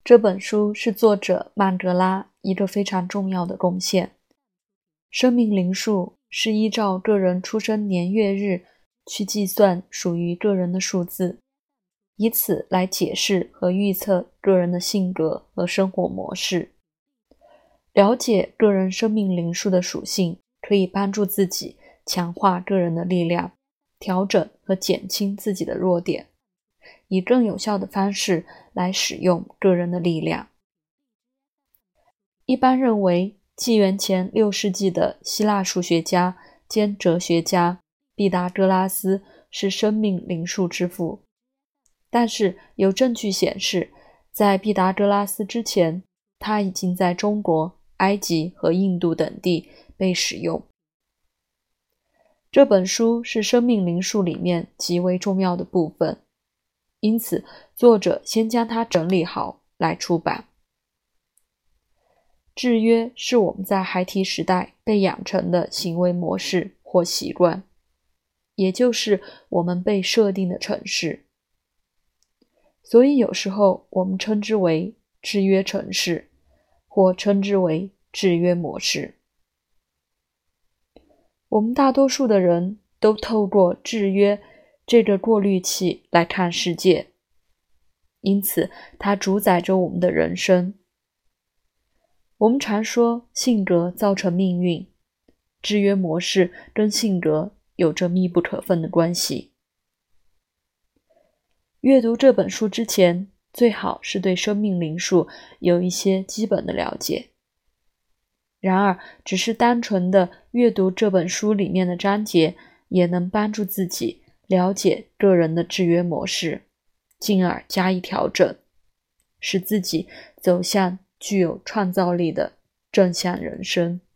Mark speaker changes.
Speaker 1: 这本书是作者曼德拉一个非常重要的贡献。生命灵数是依照个人出生年月日去计算属于个人的数字，以此来解释和预测个人的性格和生活模式。了解个人生命灵数的属性，可以帮助自己强化个人的力量，调整和减轻自己的弱点，以更有效的方式来使用个人的力量。一般认为，纪元前6世纪的希腊数学家兼哲学家毕达哥拉斯是生命灵数之父。但是有证据显示，在毕达哥拉斯之前，他已经在中国、埃及和印度等地被使用。这本书是生命灵数里面极为重要的部分，因此作者先将它整理好来出版。制约是我们在孩提时代被养成的行为模式或习惯，也就是我们被设定的程式。所以有时候我们称之为制约程式，或称之为制约模式。我们大多数的人都透过制约这个过滤器来看世界，因此它主宰着我们的人生。我们常说性格造成命运，制约模式跟性格有着密不可分的关系。阅读这本书之前，最好是对生命灵数有一些基本的了解。然而，只是单纯的阅读这本书里面的章节，也能帮助自己了解个人的制约模式，进而加以调整，使自己走向具有创造力的正向人生。